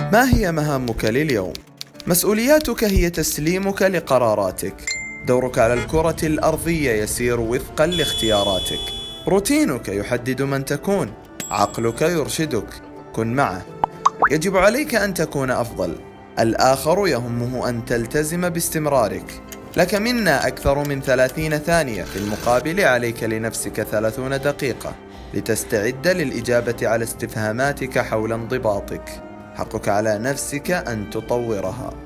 ما هي مهامك لليوم؟ مسؤولياتك هي تسليمك لقراراتك. دورك على الكرة الأرضية يسير وفقا لاختياراتك. روتينك يحدد من تكون. عقلك يرشدك. كن معه. يجب عليك أن تكون أفضل. الآخر يهمه أن تلتزم باستمرارك. لك منا أكثر من 30 ثانية، في المقابل عليك لنفسك 30 دقيقة لتستعد للإجابة على استفهاماتك حول انضباطك. حقك على نفسك أن تطورها.